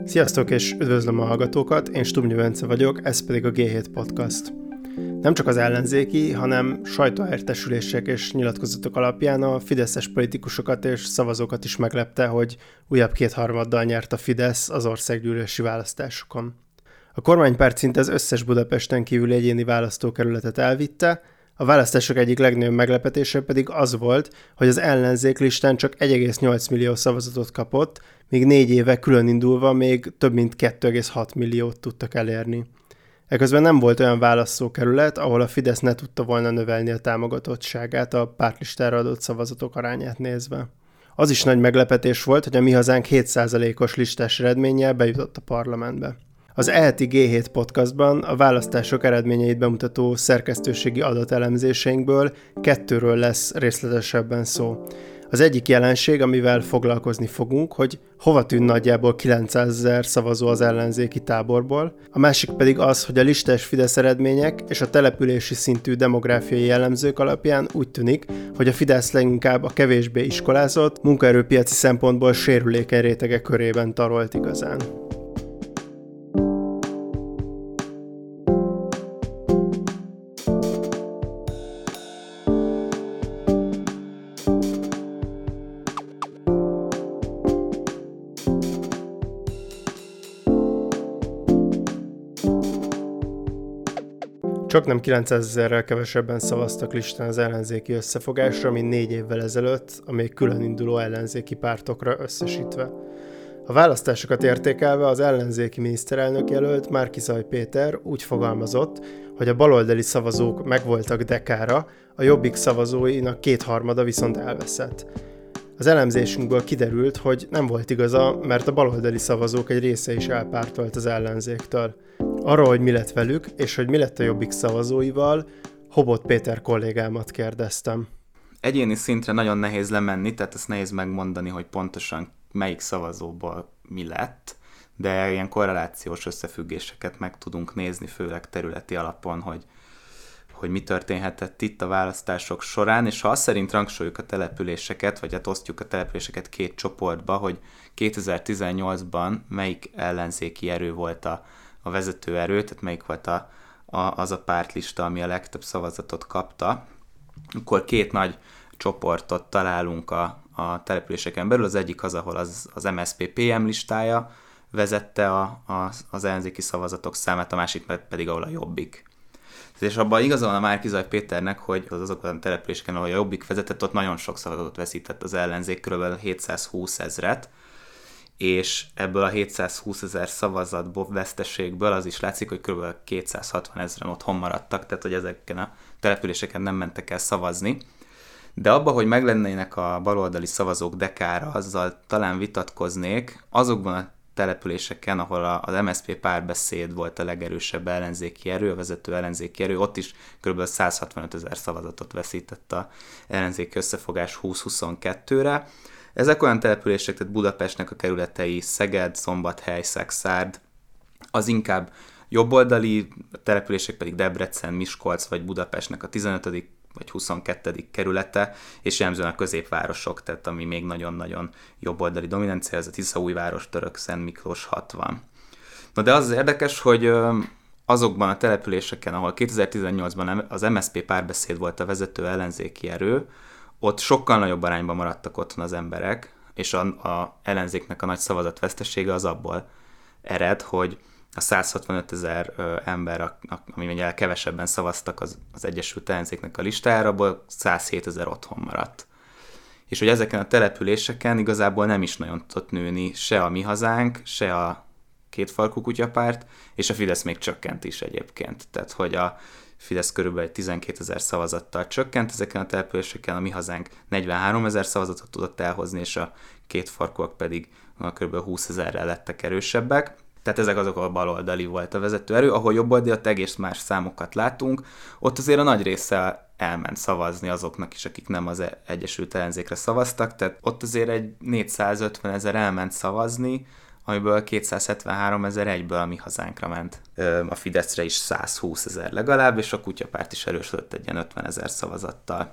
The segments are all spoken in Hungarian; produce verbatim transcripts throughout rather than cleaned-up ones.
Sziasztok és üdvözlöm a hallgatókat, én Stubnyi Bence vagyok, ez pedig a gé hét Podcast. Nem csak az ellenzéki, hanem sajtóértesülések és nyilatkozatok alapján a fideszes politikusokat és szavazókat is meglepte, hogy újabb kétharmaddal nyert a Fidesz az országgyűlési választásokon. A kormánypárt szinte az összes Budapesten kívüli egyéni választókerületet elvitte, a választások egyik legnagyobb meglepetése pedig az volt, hogy az ellenzék listán csak egy egész nyolc millió szavazatot kapott, míg négy éve külön indulva még több mint két egész hat milliót tudtak elérni. Eközben nem volt olyan választókerület, ahol a Fidesz ne tudta volna növelni a támogatottságát a pártlistára adott szavazatok arányát nézve. Az is nagy meglepetés volt, hogy a Mi Hazánk hét százalékos listás eredménnyel bejutott a parlamentbe. Az eheti gé hét Podcastban a választások eredményeit bemutató szerkesztőségi adatelemzéseinkből kettőről lesz részletesebben szó. Az egyik jelenség, amivel foglalkozni fogunk, hogy hova tűn nagyjából kilencszázezer szavazó az ellenzéki táborból, a másik pedig az, hogy a listás Fidesz eredmények és a települési szintű demográfiai jellemzők alapján úgy tűnik, hogy a Fidesz leginkább a kevésbé iskolázott, munkaerőpiaci szempontból sérülékeny rétege körében tarolt igazán. Csaknem kilencszázezerrel kevesebben szavaztak listán az ellenzéki összefogásra, mint négy évvel ezelőtt, a még külön induló ellenzéki pártokra összesítve. A választásokat értékelve az ellenzéki miniszterelnök jelölt Márki-Zay Péter úgy fogalmazott, hogy a baloldali szavazók megvoltak dekára, a Jobbik szavazóinak kétharmada viszont elveszett. Az elemzésünkből kiderült, hogy nem volt igaza, mert a baloldali szavazók egy része is elpártolt az ellenzéktől. Arról, hogy mi lett velük, és hogy mi lett a Jobbik szavazóival, Hobot Péter kollégámat kérdeztem. Egyéni szintre nagyon nehéz lemenni, tehát ezt nehéz megmondani, hogy pontosan melyik szavazóból mi lett, de ilyen korrelációs összefüggéseket meg tudunk nézni, főleg területi alapon, hogy, hogy mi történhetett itt a választások során, és ha azt szerint rangsoljuk a településeket, vagy hát osztjuk a településeket két csoportba, hogy kétezer-tizennyolcban melyik ellenzéki erő volt a a vezető erő, tehát melyik volt a, a, az a pártlista, ami a legtöbb szavazatot kapta, akkor két nagy csoportot találunk a, a településeken belül. Az egyik az, ahol az, az em es zé pé pé em listája vezette a, a, az ellenzéki szavazatok számát, a másik pedig, ahol a Jobbik. És abban igaza van a Márki-Zay Péternek, hogy az azokon a településeken, ahol a Jobbik vezetett, ott nagyon sok szavazatot veszített az ellenzék, kb. hétszázhúsz ezret, és ebből a hétszázhúszezer szavazatból, veszteségből az is látszik, hogy kb. kétszázhatvan ezeren otthon maradtak, tehát hogy ezeken a településeken nem mentek el szavazni. De abba, hogy meglennének a baloldali szavazók dekára, azzal talán vitatkoznék. Azokban a településeken, ahol az em es zé pé Párbeszéd volt a legerősebb ellenzéki erő, a vezető ellenzéki erő, ott is kb. százhatvanöt ezer szavazatot veszített az ellenzéki összefogás húsz-huszonkettőre. Ezek olyan települések, tehát Budapestnek a kerületei, Szeged, Szombathely, Szekszárd, az inkább jobboldali, a települések pedig Debrecen, Miskolc vagy Budapestnek a tizenötödik vagy huszonkettedik kerülete, és jellemzően a középvárosok, tehát ami még nagyon-nagyon jobboldali dominancia, ez a Tiszaújváros, Török, Szent Miklós hatvan. Na de az az érdekes, hogy azokban a településeken, ahol kétezer-tizennyolcban az em es zé pé Párbeszéd volt a vezető ellenzéki erő, ott sokkal nagyobb arányban maradtak otthon az emberek, és a, a ellenzéknek a nagy szavazatvesztesége az abból ered, hogy a százhatvanöt ezer ember, a, a, ami ugye kevesebben szavaztak az, az Egyesült Ellenzéknek a listájára, abból százhét ezer otthon maradt. És hogy ezeken a településeken igazából nem is nagyon tudott nőni se a Mi Hazánk, se a Kétfarkú Kutyapárt, és a Fidesz még csökkent is egyébként. Tehát, hogy a Fidesz körülbelül tizenkétezer szavazattal csökkent, ezeken a településeken a Mi Hazánk negyvenhárom ezer szavazatot tudott elhozni, és a Kétfarkúak pedig kb. húszezerrel lettek erősebbek. Tehát ezek azok, ahol baloldali volt a vezető erő, ahol jobboldali, ott egész más számokat látunk. Ott azért a nagy része elment szavazni azoknak is, akik nem az Egyesült Ellenzékre szavaztak, tehát ott azért egy négyszázötven ezer elment szavazni, amiből kétszázhetvenhárom ezer egyből a Mi Hazánkra ment. A Fideszre is százhúsz ezer legalább, és a Kutyapárt is erősödött egy ilyen ötven ezer szavazattal.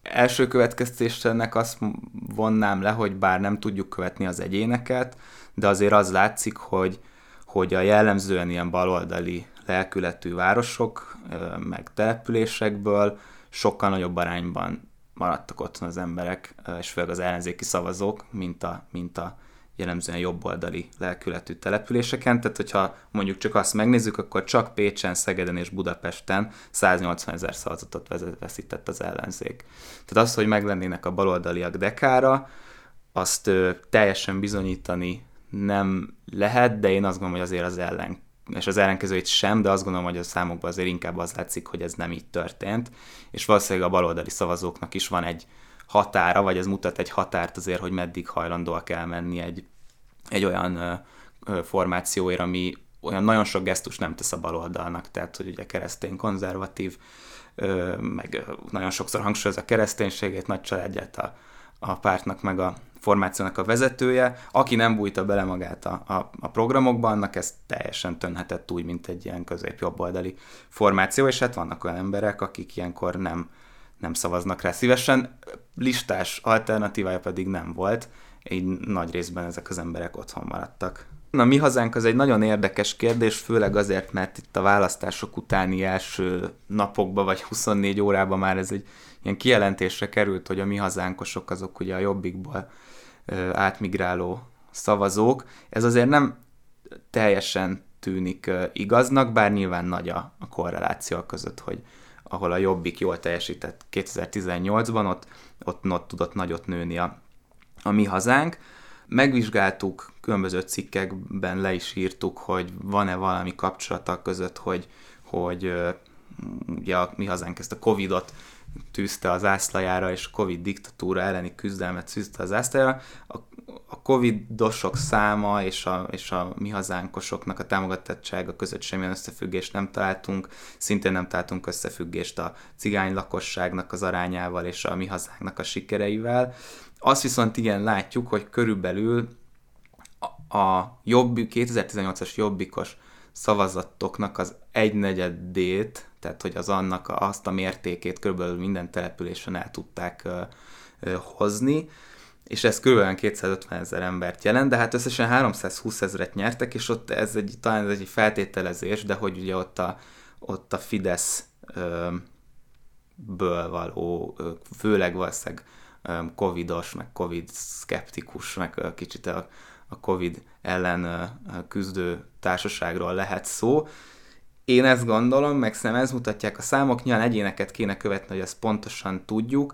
első következtésre ennek azt vonnám le, hogy bár nem tudjuk követni az egyéneket, de azért az látszik, hogy, hogy a jellemzően ilyen baloldali lelkületű városok, meg településekből sokkal nagyobb arányban maradtak otthon az emberek, és főleg az ellenzéki szavazók, mint a, mint a jellemzően jobboldali lelkületű településeken. Tehát, hogyha mondjuk csak azt megnézzük, akkor csak Pécsen, Szegeden és Budapesten száznyolcvanezer szavazatot veszített az ellenzék. Tehát az, hogy meglennének a baloldaliak dekára, azt ö, teljesen bizonyítani nem lehet, de én azt gondolom, hogy azért az ellen, és az ellenkezőit sem, de azt gondolom, hogy a számokban azért inkább az látszik, hogy ez nem így történt, és valószínűleg a baloldali szavazóknak is van egy határa, vagy ez mutat egy határt azért, hogy meddig hajlandóak elmenni egy, egy olyan ö, ö, formációért, ami olyan nagyon sok gesztus nem tesz a baloldalnak, tehát hogy ugye keresztény, konzervatív, ö, meg nagyon sokszor hangsúlyoz a kereszténységét, nagy családját a, a pártnak, meg a formációnak a vezetője. Aki nem bújta bele magát a, a, a programokba, annak ez teljesen tönhetett úgy, mint egy ilyen közép-jobboldali formáció, és hát vannak olyan emberek, akik ilyenkor nem nem szavaznak rá szívesen, listás alternatívája pedig nem volt, így nagy részben ezek az emberek otthon maradtak. Na, Mi Hazánk az egy nagyon érdekes kérdés, főleg azért, mert itt a választások utáni első napokban vagy huszonnégy órában már ez egy ilyen kijelentésre került, hogy a Mi Hazánkosok azok ugye a Jobbikból ö, átmigráló szavazók. Ez azért nem teljesen tűnik ö, igaznak, bár nyilván nagy a, a korreláció között, hogy ahol a Jobbik jól teljesített kétezer-tizennyolcban, ott, ott, ott tudott nagyot nőni a, a Mi Hazánk. Megvizsgáltuk, különböző cikkekben le is írtuk, hogy van-e valami kapcsolata között, hogy, hogy ugye a Mi Hazánk ezt a Covidot tűzte az zászlajára, és a Covid diktatúra elleni küzdelmet tűzte az zászlajára. A, a Covidosok száma és a, és a Mi Hazánkosoknak a támogatottsága között semmilyen összefüggést nem találtunk, szintén nem találtunk összefüggést a cigány lakosságnak az arányával és a Mi Hazánknak a sikereivel. Azt viszont igen látjuk, hogy körülbelül a, a jobb, kétezer-tizennyolcas jobbikos szavazatoknak az egynegyedét, tehát hogy az annak a, azt a mértékét körülbelül minden településen el tudták ö, ö, hozni, és ez körülbelül kétszázötven ezer embert jelent, de hát összesen háromszázhúsz ezret nyertek, és ott ez egy, talán ez egy feltételezés, de hogy ugye ott a, ott a Fideszből való, főleg valószínűleg covidos, meg covid szkeptikus, meg kicsit a, a Covid ellen küzdő társaságról lehet szó. Én ezt gondolom, meg szerintem ez mutatják a számok, nyilván egyéneket kéne követni, hogy ezt pontosan tudjuk,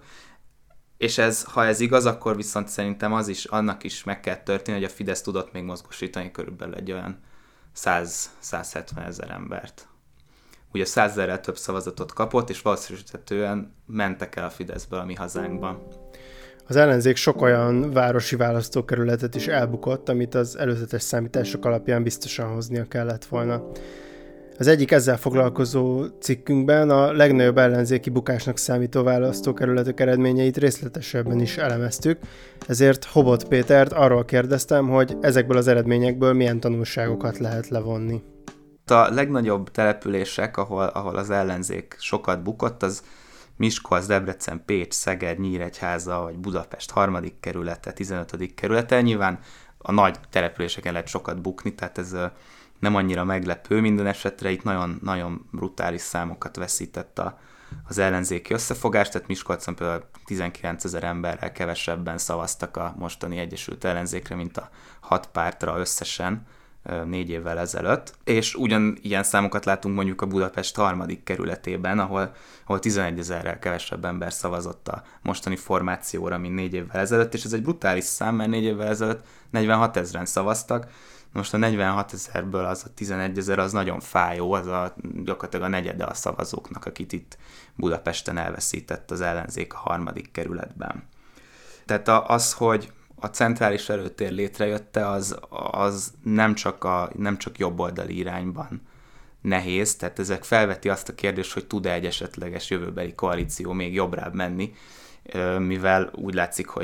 és ez, ha ez igaz, akkor viszont szerintem az is, annak is meg kell történni, hogy a Fidesz tudott még mozgósítani körülbelül egy olyan száz-százhetven ezer embert. Ugye százezerrel több szavazatot kapott, és valószínűsíthetően mentek el a Fideszből a Mi Hazánkban. Az ellenzék sok olyan városi választókerületet is elbukott, amit az előzetes számítások alapján biztosan hoznia kellett volna. Az egyik ezzel foglalkozó cikkünkben a legnagyobb ellenzéki bukásnak számító választókerületek eredményeit részletesebben is elemeztük, ezért Hobot Pétert arról kérdeztem, hogy ezekből az eredményekből milyen tanulságokat lehet levonni. A legnagyobb települések, ahol, ahol az ellenzék sokat bukott, az Miskolc, Debrecen, Pécs, Szeged, Nyíregyháza vagy Budapest harmadik kerülete, tizenötödik kerülete. Nyilván a nagy településeken lehet sokat bukni, tehát ez nem annyira meglepő. Minden esetre itt nagyon, nagyon brutális számokat veszített a, az ellenzéki összefogás, tehát Miskolcon például tizenkilencezer emberrel kevesebben szavaztak a mostani Egyesült Ellenzékre, mint a hat pártra összesen négy évvel ezelőtt, és ugyan ilyen számokat látunk mondjuk a Budapest harmadik kerületében, ahol, ahol tizenegyezerrel kevesebb ember szavazott a mostani formációra, mint négy évvel ezelőtt, és ez egy brutális szám, mert négy évvel ezelőtt negyvenhat ezren szavaztak, most a negyvenhat ezerből az a tizenegyezer az nagyon fájó, az a, gyakorlatilag a negyede a szavazóknak, akit itt Budapesten elveszített az ellenzék a harmadik kerületben. Tehát az, hogy a centrális erőtér létrejötte, az, az nem csak, a, nem csak jobboldali irányban nehéz, tehát ezek felveti azt a kérdést, hogy tud-e egy esetleges jövőbeli koalíció még jobbrább menni, mivel úgy látszik, hogy,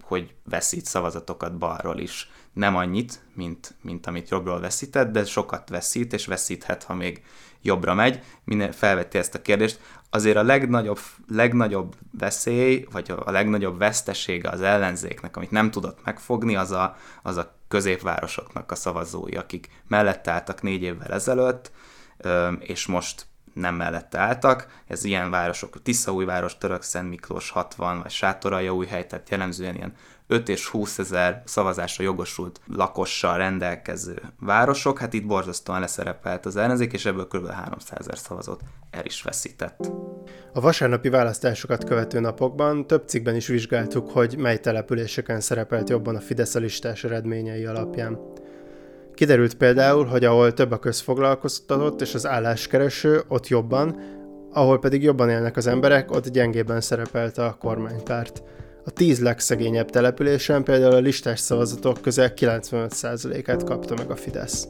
hogy veszít szavazatokat balról is. Nem annyit, mint, mint amit jobbról veszített, de sokat veszít, és veszíthet, ha még jobbra megy. Minden felvetti ezt a kérdést. Azért a legnagyobb, legnagyobb veszély, vagy a legnagyobb vesztesége az ellenzéknek, amit nem tudott megfogni, az a, az a középvárosoknak a szavazói, akik mellette álltak négy évvel ezelőtt, és most nem mellette álltak. Ez ilyen városok, Tiszaújváros, Törökszentmiklós hatvan, vagy Sátoraljaújhely, tehát jellemzően ilyen öt és húsz ezer szavazásra jogosult lakossal rendelkező városok. Hát itt borzasztóan leszerepelt az ellenzék, és ebből kb. háromszázezer szavazót el is veszített. A vasárnapi választásokat követő napokban több cikkben is vizsgáltuk, hogy mely településeken szerepelt jobban a Fidesz a listás eredményei alapján. Kiderült például, hogy ahol több a közfoglalkoztatott és az álláskereső, ott jobban, ahol pedig jobban élnek az emberek, ott gyengébben szerepelt a kormánypárt. A tíz legszegényebb településen például a listás szavazatok közel kilencvenöt százalékát kapta meg a Fidesz.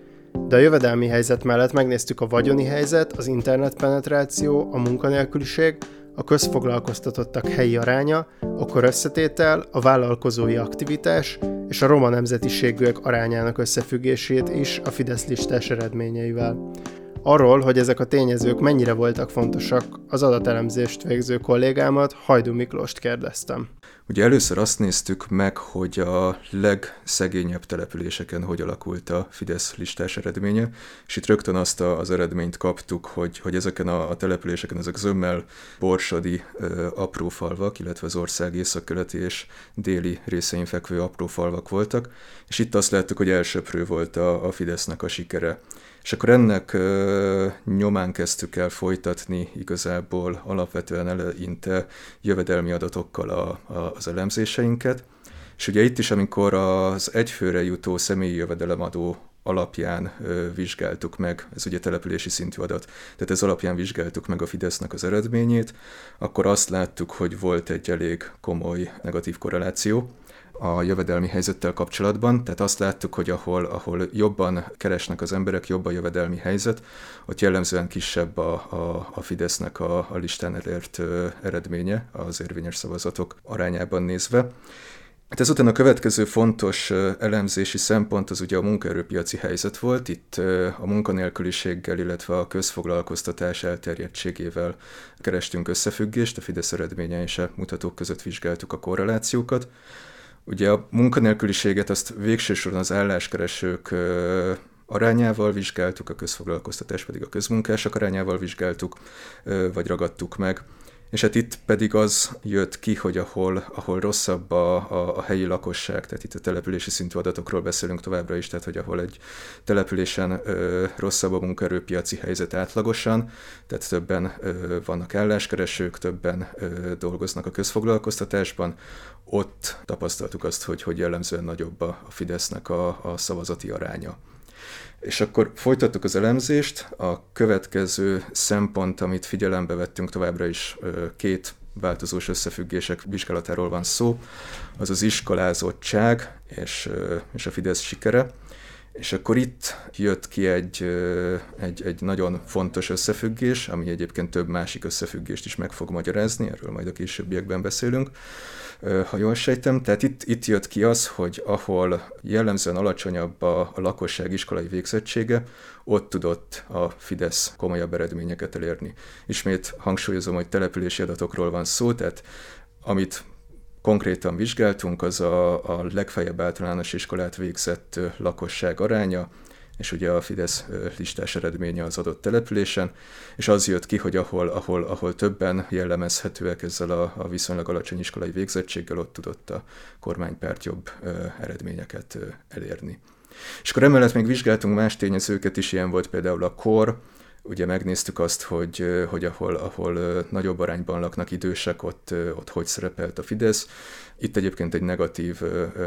De a jövedelmi helyzet mellett megnéztük a vagyoni helyzet, az internetpenetráció, a munkanélküliség, a közfoglalkoztatottak helyi aránya, a kor összetétel, a vállalkozói aktivitás és a roma nemzetiségűek arányának összefüggését is a Fidesz listás eredményeivel. Arról, hogy ezek a tényezők mennyire voltak fontosak, az adatelemzést végző kollégámat, Hajdú Miklóst kérdeztem. Ugye először azt néztük meg, hogy a legszegényebb településeken hogy alakult a Fidesz listás eredménye, és itt rögtön azt a, az eredményt kaptuk, hogy, hogy ezeken a, a településeken, ezek zömmel borsodi ö, apró falvak, illetve az ország északkeleti és déli részein fekvő apró falvak voltak, és itt azt láttuk, hogy elsöprő volt a, a Fidesznek a sikere. És akkor ennek ö, nyomán kezdtük el folytatni igazából alapvetően eleinte jövedelmi adatokkal a, a, az elemzéseinket. És ugye itt is, amikor az egyfőre jutó személyi jövedelemadó alapján ö, vizsgáltuk meg, ez ugye települési szintű adat, tehát ez alapján vizsgáltuk meg a Fidesznek az eredményét, akkor azt láttuk, hogy volt egy elég komoly negatív korreláció a jövedelmi helyzettel kapcsolatban, tehát azt láttuk, hogy ahol, ahol jobban keresnek az emberek, jobb a jövedelmi helyzet, ott jellemzően kisebb a, a, a Fidesznek a, a listán elért ö, eredménye az érvényes szavazatok arányában nézve. Hát ezután a következő fontos elemzési szempont az ugye a munkaerőpiaci helyzet volt. Itt a munkanélküliséggel, illetve a közfoglalkoztatás elterjedtségével kerestünk összefüggést, a Fidesz eredménye és a mutatók között vizsgáltuk a korrelációkat. Ugye a munkanélküliséget azt végső soron az álláskeresők arányával vizsgáltuk, a közfoglalkoztatás pedig a közmunkások arányával vizsgáltuk, vagy ragadtuk meg. És hát itt pedig az jött ki, hogy ahol, ahol rosszabb a, a, a helyi lakosság, tehát itt a települési szintű adatokról beszélünk továbbra is, tehát hogy ahol egy településen ö, rosszabb a munkaerőpiaci helyzet átlagosan, tehát többen ö, vannak álláskeresők, többen ö, dolgoznak a közfoglalkoztatásban, ott tapasztaltuk azt, hogy, hogy jellemzően nagyobb a, a Fidesznek a, a szavazati aránya. És akkor folytattuk az elemzést, a következő szempont, amit figyelembe vettünk továbbra is, két változós összefüggések vizsgálatáról van szó, az az iskolázottság és, és a Fidesz sikere. És akkor itt jött ki egy, egy, egy nagyon fontos összefüggés, ami egyébként több másik összefüggést is meg fog magyarázni, erről majd a későbbiekben beszélünk, ha jól sejtem. Tehát itt, itt jött ki az, hogy ahol jellemzően alacsonyabb a, a lakosság iskolai végzettsége, ott tudott a Fidesz komolyabb eredményeket elérni. Ismét hangsúlyozom, hogy települési adatokról van szó, tehát amit konkrétan vizsgáltunk, az a, a legfeljebb általános iskolát végzett lakosság aránya, és ugye a Fidesz listás eredménye az adott településen, és az jött ki, hogy ahol, ahol, ahol többen jellemezhetőek ezzel a, a viszonylag alacsony iskolai végzettséggel, ott tudott a kormánypárt jobb eredményeket elérni. És akkor emellett még vizsgáltunk más tényezőket is, ilyen volt például a kor. Ugye megnéztük azt, hogy, hogy ahol, ahol nagyobb arányban laknak idősek, ott, ott hogy szerepelt a Fidesz. Itt egyébként egy negatív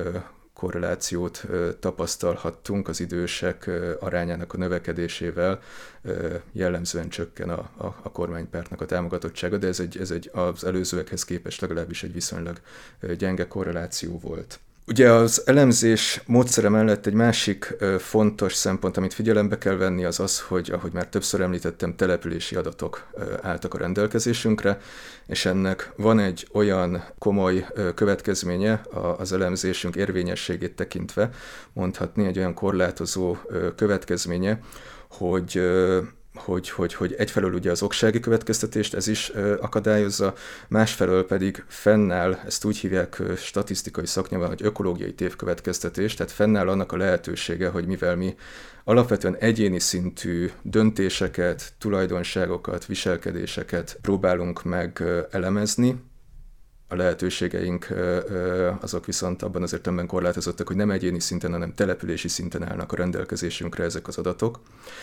korrelációt tapasztalhattunk az idősek arányának a növekedésével, jellemzően csökken a, a, a kormánypártnak a támogatottsága, de ez, egy, ez egy, az előzőekhez képest legalábbis egy viszonylag gyenge korreláció volt. Ugye az elemzés módszere mellett egy másik fontos szempont, amit figyelembe kell venni, az az, hogy ahogy már többször említettem, települési adatok álltak a rendelkezésünkre, és ennek van egy olyan komoly következménye az elemzésünk érvényességét tekintve, mondhatni egy olyan korlátozó következménye, hogy Hogy, hogy, hogy egyfelől ugye az oksági következtetést ez is ö, akadályozza, másfelől pedig fennáll, ezt úgy hívják ö, statisztikai szaknyelven, hogy ökológiai tévkövetkeztetés, tehát fennáll annak a lehetősége, hogy mivel mi alapvetően egyéni szintű döntéseket, tulajdonságokat, viselkedéseket próbálunk meg ö, elemezni, a lehetőségeink ö, ö, azok viszont abban az értelemben korlátozottak, hogy nem egyéni szinten, hanem települési szinten állnak a rendelkezésünkre ezek az adatok.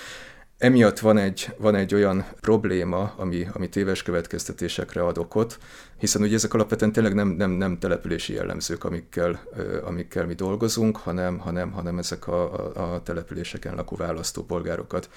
Emiatt van egy, van egy olyan probléma, ami, ami téves következtetésekre ad okot, hiszen ugye ezek alapvetően tényleg nem, nem, nem települési jellemzők, amikkel, amikkel mi dolgozunk, hanem, hanem, hanem ezek a, a, a településeken lakó választópolgárokat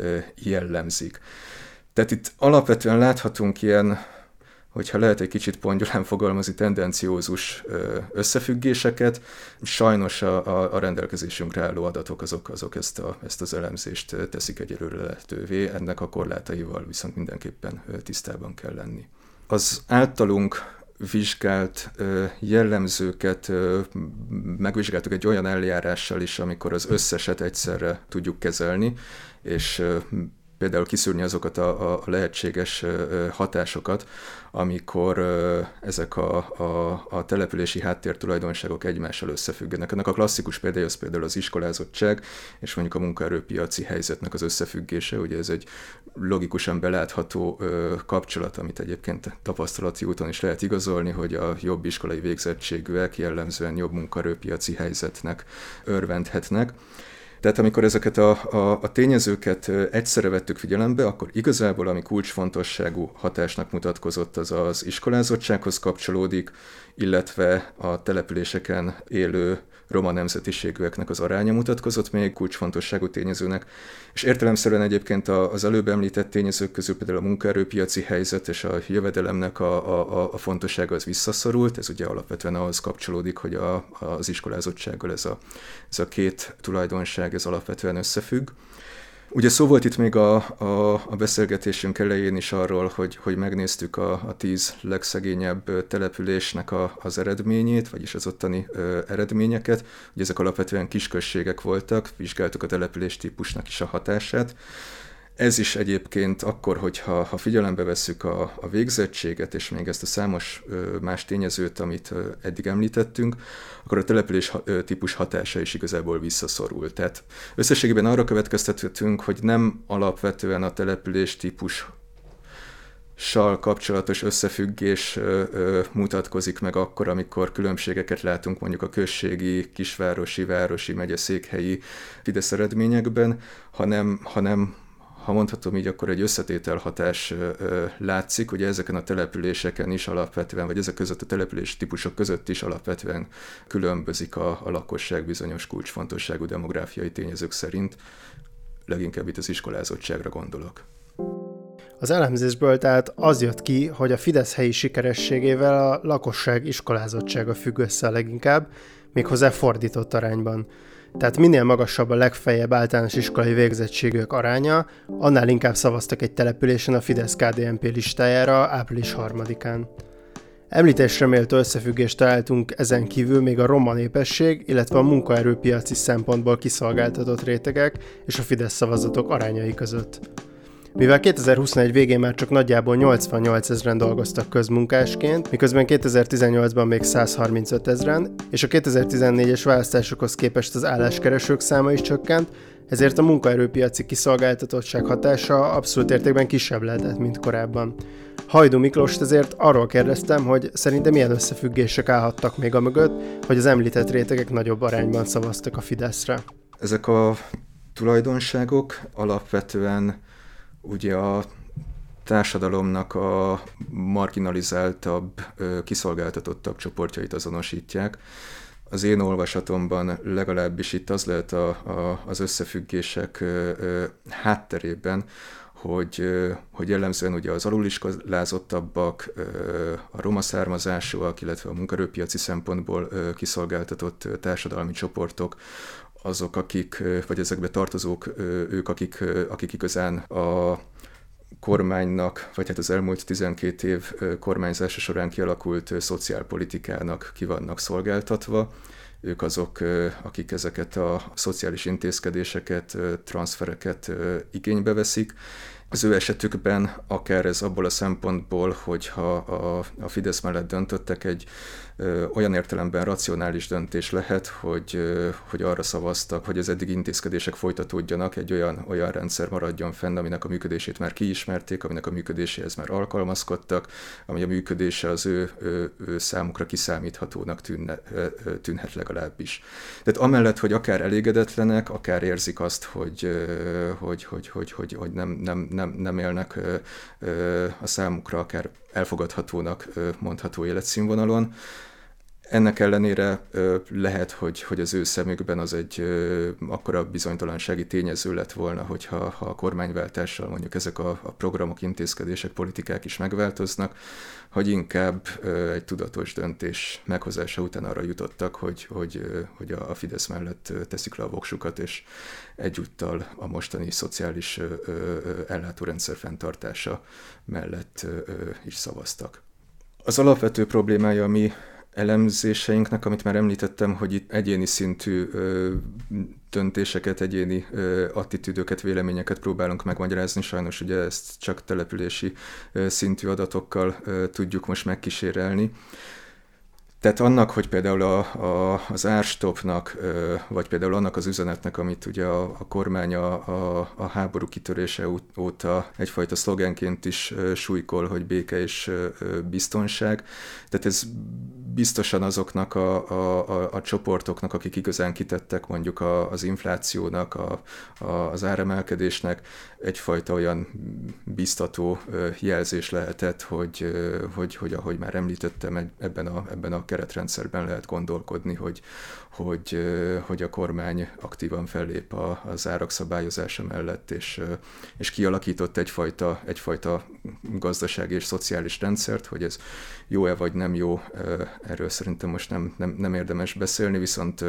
jellemzik. Tehát itt alapvetően láthatunk ilyen, hogyha lehet egy kicsit pongyolán fogalmazni, tendenciózus összefüggéseket. Sajnos a, a, a rendelkezésünkre álló adatok azok, azok ezt, a, ezt az elemzést teszik egyelőre lehetővé, ennek a korlátaival viszont mindenképpen tisztában kell lenni. Az általunk vizsgált jellemzőket megvizsgáltuk egy olyan eljárással is, amikor az összeset egyszerre tudjuk kezelni, és például kiszűrni azokat a, a lehetséges hatásokat, amikor ezek a, a, a települési háttértulajdonságok egymással összefüggenek. Ennek a klasszikus példája az például az iskolázottság, és mondjuk a munkaerőpiaci helyzetnek az összefüggése. Ugye ez egy logikusan belátható kapcsolat, amit egyébként tapasztalati úton is lehet igazolni, hogy a jobb iskolai végzettségűek jellemzően jobb munkaerőpiaci helyzetnek örvendhetnek. Tehát amikor ezeket a, a, a tényezőket egyszerre vettük figyelembe, akkor igazából ami kulcsfontosságú hatásnak mutatkozott, az az iskolázottsághoz kapcsolódik, illetve a településeken élő roma nemzetiségűeknek az aránya mutatkozott még kulcsfontosságú tényezőnek. És értelemszerűen egyébként az előbb említett tényezők közül például a munkaerőpiaci helyzet és a jövedelemnek a, a, a fontossága az visszaszorult. Ez ugye alapvetően ahhoz kapcsolódik, hogy a, az iskolázottsággal ez a, ez a két tulajdonság ez alapvetően összefügg. Ugye szó volt itt még a, a, a beszélgetésünk elején is arról, hogy, hogy megnéztük a, a tíz legszegényebb településnek a, az eredményét, vagyis az ottani ö, eredményeket. Ugye ezek alapvetően kisközségek voltak, vizsgáltuk a település típusnak is a hatását. Ez is egyébként akkor, hogyha ha figyelembe vesszük a, a végzettséget, és még ezt a számos ö, más tényezőt, amit ö, eddig említettünk, akkor a település ö, típus hatása is igazából visszaszorul. Tehát összességében arra következtethetünk, hogy nem alapvetően a település típus sal kapcsolatos összefüggés ö, ö, mutatkozik meg akkor, amikor különbségeket látunk mondjuk a községi, kisvárosi, városi, megyeszékhelyi Fidesz eredményekben, hanem, hanem ha mondhatom így, akkor egy összetételhatás ö, ö, látszik, ugye ezeken a településeken is alapvetően, vagy ezek között a település típusok között is alapvetően különbözik a, a lakosság bizonyos kulcsfontosságú demográfiai tényezők szerint, leginkább itt az iskolázottságra gondolok. Az elemzésből tehát az jött ki, hogy a Fidesz helyi sikerességével a lakosság iskolázottsága függ össze a leginkább, méghozzá fordított arányban. Tehát minél magasabb a legfeljebb általános iskolai végzettségűek aránya, annál inkább szavaztak egy településen a Fidesz-ká dé en pé listájára április harmadikán. Említésre méltó összefüggést találtunk ezen kívül még a roma népesség, illetve a munkaerőpiaci szempontból kiszolgáltatott rétegek és a Fidesz szavazatok arányai között. Mivel kétezer-huszonegy végén már csak nagyjából nyolcvannyolcezren dolgoztak közmunkásként, miközben kétezer-tizennyolcban még százharmincöt ezren, és a kétezer-tizennégyes választásokhoz képest az álláskeresők száma is csökkent, ezért a munkaerőpiaci kiszolgáltatottság hatása abszolút értékben kisebb lehetett, mint korábban. Hajdú Miklóst ezért arról kérdeztem, hogy szerintem milyen összefüggések állhattak még a mögött, hogy az említett rétegek nagyobb arányban szavaztak a Fideszre. Ezek a tulajdonságok alapvetően ugye a társadalomnak a marginalizáltabb, kiszolgáltatottabb csoportjait azonosítják. Az én olvasatomban legalábbis itt az lehet a, a, az összefüggések hátterében, hogy, hogy jellemzően ugye az aluliskolázottabbak, a roma származásúak, illetve a munkaerőpiaci szempontból kiszolgáltatott társadalmi csoportok, azok, akik, vagy ezekbe tartozók, ők, akik, akik igazán a kormánynak, vagy hát az elmúlt tizenkét év kormányzása során kialakult szociálpolitikának ki vannak szolgáltatva. Ők azok, akik ezeket a szociális intézkedéseket, transfereket igénybe veszik. Az ő esetükben akár ez abból a szempontból, hogyha a, a Fidesz mellett döntöttek, egy ö, olyan értelemben racionális döntés lehet, hogy, ö, hogy arra szavaztak, hogy az eddig intézkedések folytatódjanak, egy olyan, olyan rendszer maradjon fenn, aminek a működését már kiismerték, aminek a működéséhez már alkalmazkodtak, ami a működése az ő, ő, ő számukra kiszámíthatónak tűnne, tűnhet legalábbis. Tehát amellett, hogy akár elégedetlenek, akár érzik azt, hogy, hogy, hogy, hogy, hogy, hogy nem, nem, nem Nem, nem élnek ö, ö, a számukra akár elfogadhatónak ö, mondható életszínvonalon. Ennek ellenére ö, lehet, hogy, hogy az ő szemükben az egy ö, akkora bizonytalansági tényező lett volna, hogyha ha a kormányváltással mondjuk ezek a, a programok, intézkedések, politikák is megváltoznak, hogy inkább ö, egy tudatos döntés meghozása után arra jutottak, hogy, hogy, ö, hogy a Fidesz mellett teszik le a voksukat, és egyúttal a mostani szociális ö, ö, ellátórendszer fenntartása mellett ö, ö, is szavaztak. Az alapvető problémája a mi elemzéseinknek, amit már említettem, hogy itt egyéni szintű ö, döntéseket, egyéni ö, attitűdöket, véleményeket próbálunk megmagyarázni. Sajnos ugye ezt csak települési ö, szintű adatokkal ö, tudjuk most megkísérelni. Tehát annak, hogy például a, a, az árstopnak, vagy például annak az üzenetnek, amit ugye a, a kormány a, a, a háború kitörése óta egyfajta szlogenként is súlykol, hogy béke és biztonság. Tehát ez biztosan azoknak a, a, a, a csoportoknak, akik igazán kitettek mondjuk a, az inflációnak, a, a, az áremelkedésnek, egyfajta olyan biztató jelzés lehetett, hogy, hogy, hogy ahogy már említettem, ebben a, ebben a keretrendszerben lehet gondolkodni, hogy, hogy, hogy a kormány aktívan fellép az árak szabályozása mellett, és, és kialakított egyfajta, egyfajta gazdasági és szociális rendszert, hogy ez jó-e vagy nem jó, erről szerintem most nem, nem, nem érdemes beszélni, viszont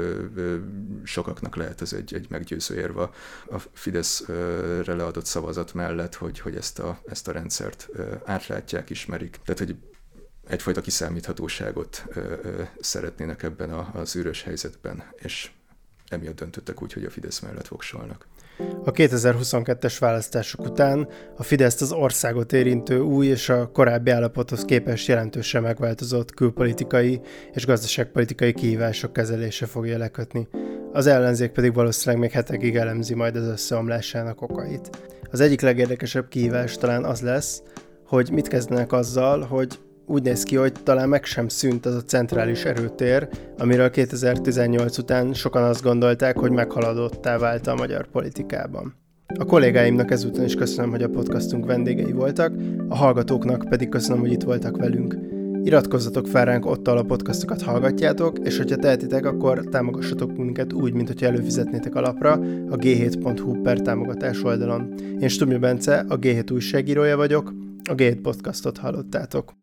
sokaknak lehet ez egy, egy meggyőző érve a Fideszre leadott szavazat mellett, hogy, hogy ezt, a, ezt a rendszert átlátják, ismerik. Tehát, hogy egyfajta kiszámíthatóságot ö, ö, szeretnének ebben a, az űrös helyzetben, és emiatt döntöttek úgy, hogy a Fidesz mellett voksolnak. A kétezer-huszonkettes választások után a Fideszt az országot érintő új és a korábbi állapothoz képest jelentősen megváltozott külpolitikai és gazdaságpolitikai kihívások kezelése fogja lekötni. Az ellenzék pedig valószínűleg még hetekig elemzi majd az összeomlásának okait. Az egyik legérdekesebb kihívás talán az lesz, hogy mit kezdenek azzal, hogy úgy néz ki, hogy talán meg sem szűnt az a centrális erőtér, amiről kétezer-tizennyolc után sokan azt gondolták, hogy meghaladottá vált a magyar politikában. A kollégáimnak ezúton is köszönöm, hogy a podcastunk vendégei voltak, a hallgatóknak pedig köszönöm, hogy itt voltak velünk. Iratkozzatok fel ránk ott, ahol a podcastokat hallgatjátok, és hogyha tehetitek, akkor támogassatok minket úgy, mint hogyha előfizetnétek a lapra a gé hét pont hú per támogatás oldalon. Én Stubnyi Bence, a gé hét újságírója vagyok, a gé hét podcastot hallottátok.